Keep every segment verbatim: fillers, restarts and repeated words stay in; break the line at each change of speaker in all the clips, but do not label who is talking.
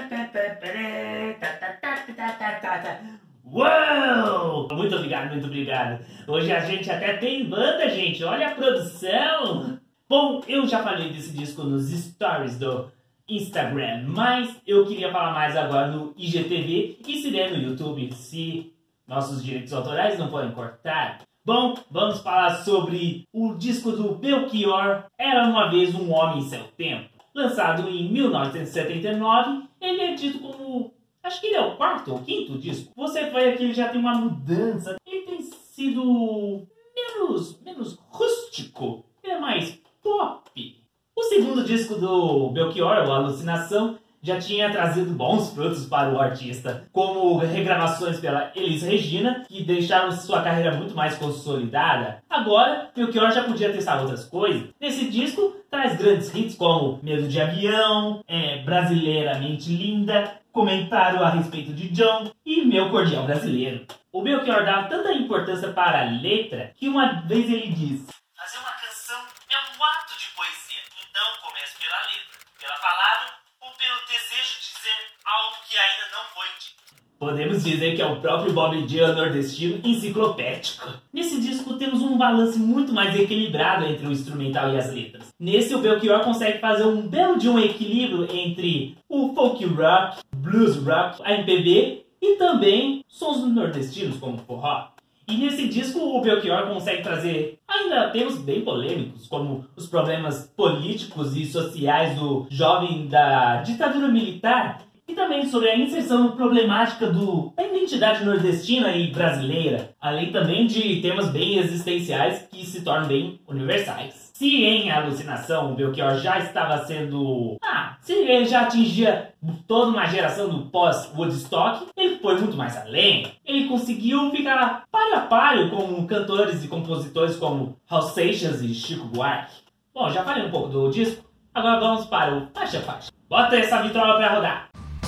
Uou! Muito obrigado, muito obrigado. Hoje a gente até tem banda, gente. Olha a produção. Bom, eu já falei desse disco nos stories do Instagram, mas eu queria falar mais agora no I G T V e se der no YouTube, se nossos direitos autorais não podem cortar. Bom, vamos falar sobre o disco do Belchior, Era Uma Vez Um Homem em Seu Tempo. Lançado em mil novecentos e setenta e nove, ele é dito como... acho que ele é o quarto ou quinto disco. Você vai que ele já tem uma mudança. Ele tem sido menos, menos rústico. Ele é mais pop. O segundo disco do Belchior, o Alucinação, já tinha trazido bons frutos para o artista, como regravações pela Elis Regina, que deixaram sua carreira muito mais consolidada. Agora, Belchior já podia testar outras coisas. Nesse disco, traz grandes hits como Medo de Avião, é, Brasileiramente Linda, Comentário a Respeito de John e Meu Cordial Brasileiro. O Belchior dá tanta importância para a letra que uma vez ele diz: fazer uma canção é um ato de poesia, então comece pela letra, pela palavra ou pelo desejo de dizer algo que ainda não foi dito. Podemos dizer que é o próprio Bob Dylan nordestino enciclopédico. Nesse disco temos um balanço muito mais equilibrado entre o instrumental e as letras. Nesse, o Belchior consegue fazer um belo de um equilíbrio entre o folk rock, blues rock, a M P B e também sons nordestinos como forró. E nesse disco o Belchior consegue trazer ainda temas bem polêmicos, como os problemas políticos e sociais do jovem da ditadura militar, e também sobre a inserção problemática do, da identidade nordestina e brasileira, além também de temas bem existenciais que se tornam bem universais. Se em Alucinação o Belchior já estava sendo... Ah, se ele já atingia toda uma geração do pós-Woodstock, ele foi muito mais além. Ele conseguiu ficar páreo a páreo com cantores e compositores como Raul Seixas e Chico Buarque. Bom, já falei um pouco do disco, agora vamos para o faixa a faixa. Bota essa vitrola pra rodar!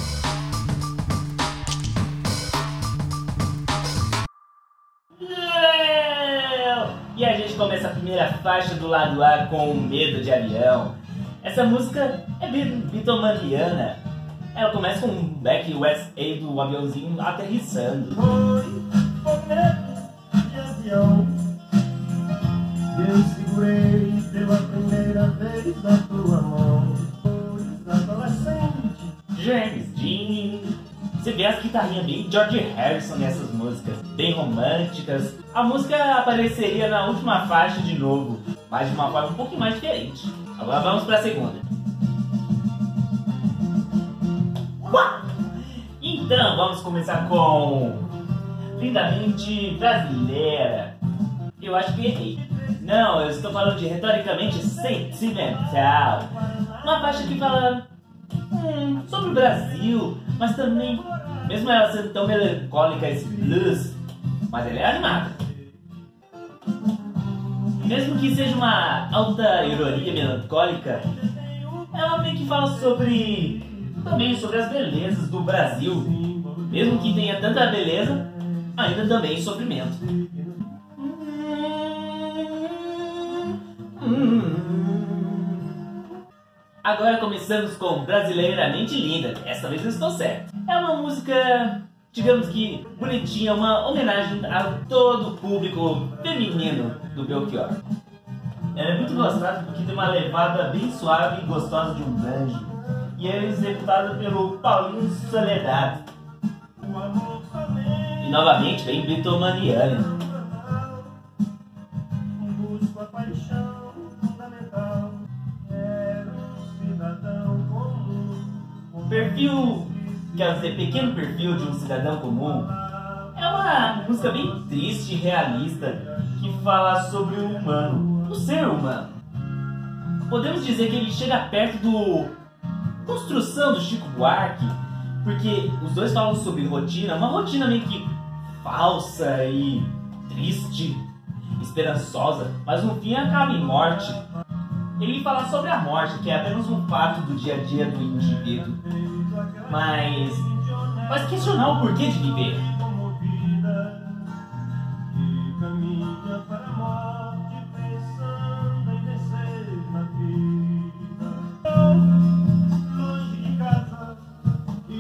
E a gente começa a primeira faixa do lado A com Medo de Avião. Essa música é bem bitomaniana. Ela começa com um back U S A do aviãozinho aterrissando.
Foi com medo de avião, eu segurei pela primeira vez na tua mão. Depois adolescente,
James Dean. Você vê as guitarrinhas bem George Harrison nessas músicas, bem românticas. A música apareceria na última faixa de novo, mas de uma forma um pouquinho mais diferente. Agora vamos para a segunda. Então vamos começar com Lindamente Brasileira. Eu acho que errei. Não, eu estou falando de Retoricamente Sentimental. Uma faixa que fala hum, sobre o Brasil, mas também, mesmo ela sendo tão melancólica, esse blues, mas ela é animada. Mesmo que seja uma alta ironia melancólica, ela meio que fala sobre, também sobre as belezas do Brasil. Mesmo que tenha tanta beleza, ainda também sofrimento. Agora começamos com Brasileiramente Linda. Essa vez eu estou certo. É uma música, digamos que bonitinha, uma homenagem a todo o público feminino do Belchior. Ela é muito gostada porque tem uma levada bem suave e gostosa de um banjo. E é executada pelo Paulinho Soledad. E novamente vem bitomaniana.
busco a paixão fundamental. Era um cidadão comum.
Perfil, quer dizer, pequeno perfil de um cidadão comum. É uma música bem triste e realista que fala sobre o humano, o ser humano. Podemos dizer que ele chega perto do Construção do Chico Buarque, porque os dois falam sobre rotina, uma rotina meio que falsa e triste, esperançosa, mas no fim acaba em morte. Ele fala sobre a morte, que é apenas um fato do dia a dia do indivíduo, mas faz questionar o porquê de viver.
E caminha para a morte pensando em vencer na vida. Longe de casa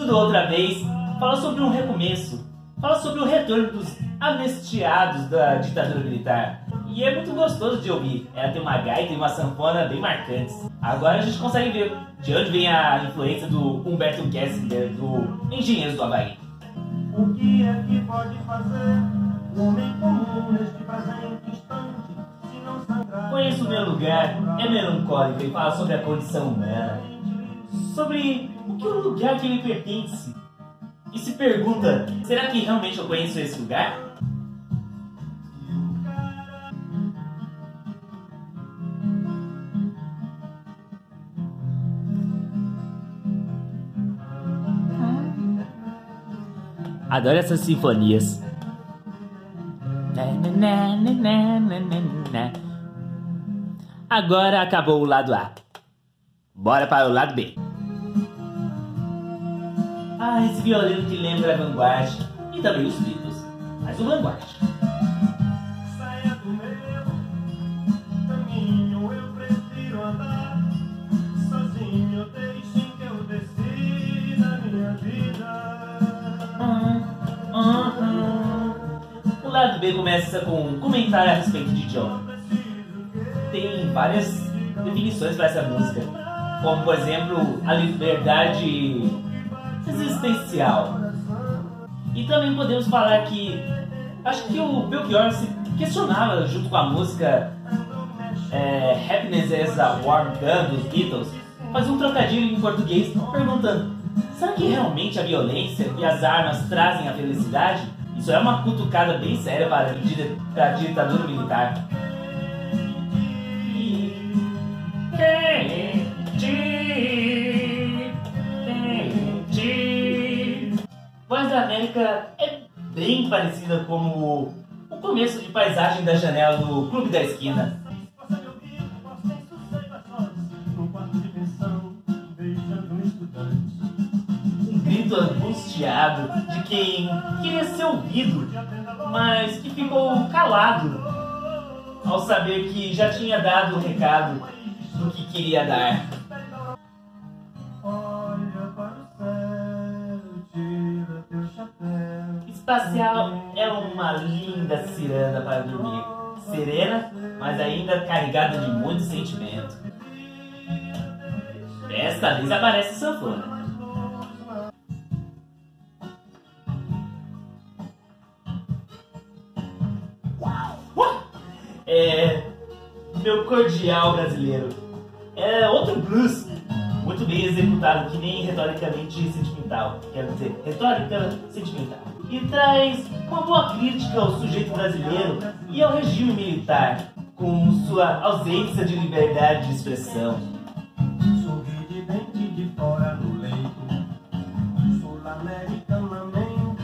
Tudo Outra Vez fala sobre um recomeço, fala sobre o retorno dos amnistiados da ditadura militar. E é muito gostoso de ouvir. Ela tem uma gaita e uma sanfona bem marcantes. Agora a gente consegue ver de onde vem a influência do Humberto Gessinger, do Engenheiros do Havaí.
O que é que pode fazer o homem comum neste presente instante, se não sangrar?
Conheço o Meu Lugar, é melancólica e fala sobre a condição humana, sobre o que o lugar que ele pertence. E se pergunta, será que realmente eu conheço esse lugar? Adoro essas sinfonias. Agora acabou o lado A. Bora para o lado B. Ah, esse violino que lembra a Vanguard e também os Beatles, mas o Vanguard.
Saia do meu caminho, eu prefiro andar sozinho, deixem que eu decida minha vida.
O lado B começa com um comentário a respeito de John. Tem várias definições para essa música, como por exemplo a liberdade existencial. E também podemos falar que acho que o Belchior se questionava junto com a música é, Happiness is a Warm Gun dos Beatles, faz um trocadilho em português perguntando: será que realmente a violência e as armas trazem a felicidade? Isso é uma cutucada bem séria para a ditadura militar. Voz da América é bem parecida com o começo de Paisagem da Janela do Clube da Esquina. Um grito angustiado de quem queria ser ouvido, mas que ficou calado ao saber que já tinha dado o recado do que queria dar. Espacial é uma linda ciranda para dormir, serena, mas ainda carregada de muito sentimento. Desta vez aparece sanfona. É meu cordial brasileiro. É outro blues muito bem executado, que nem retoricamente sentimental, quero dizer, retórica sentimental. E traz uma boa crítica ao sujeito brasileiro e ao regime militar, com sua ausência de liberdade de expressão.
Sorri de dente de fora no leito, sul-americanamente.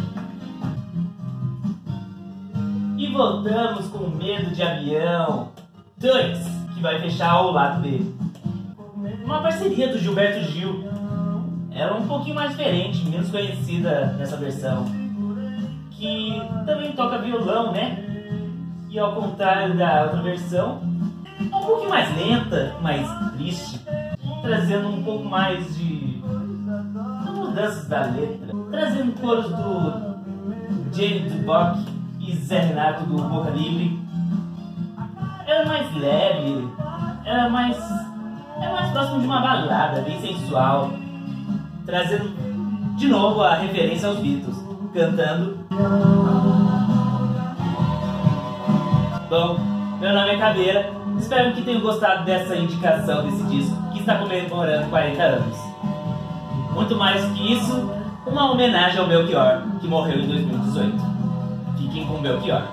E voltamos com Medo de Avião dois, que vai fechar o lado B. Uma parceria do Gilberto Gil. Ela é um pouquinho mais diferente, menos conhecida nessa versão, que também toca violão, né? E ao contrário da outra versão, é um pouquinho mais lenta, mais triste, trazendo um pouco mais de mudanças da letra, trazendo coros do James Duboc e Zé Renato do Boca Livre. Ela é mais leve, ela é mais, é mais próximo de uma balada, bem sensual, trazendo de novo a referência aos Beatles, cantando. Bom, meu nome é Caveira, espero que tenham gostado dessa indicação desse disco que está comemorando quarenta anos. Muito mais que isso, uma homenagem ao Belchior, que morreu em dois mil e dezoito. Fiquem com o Belchior.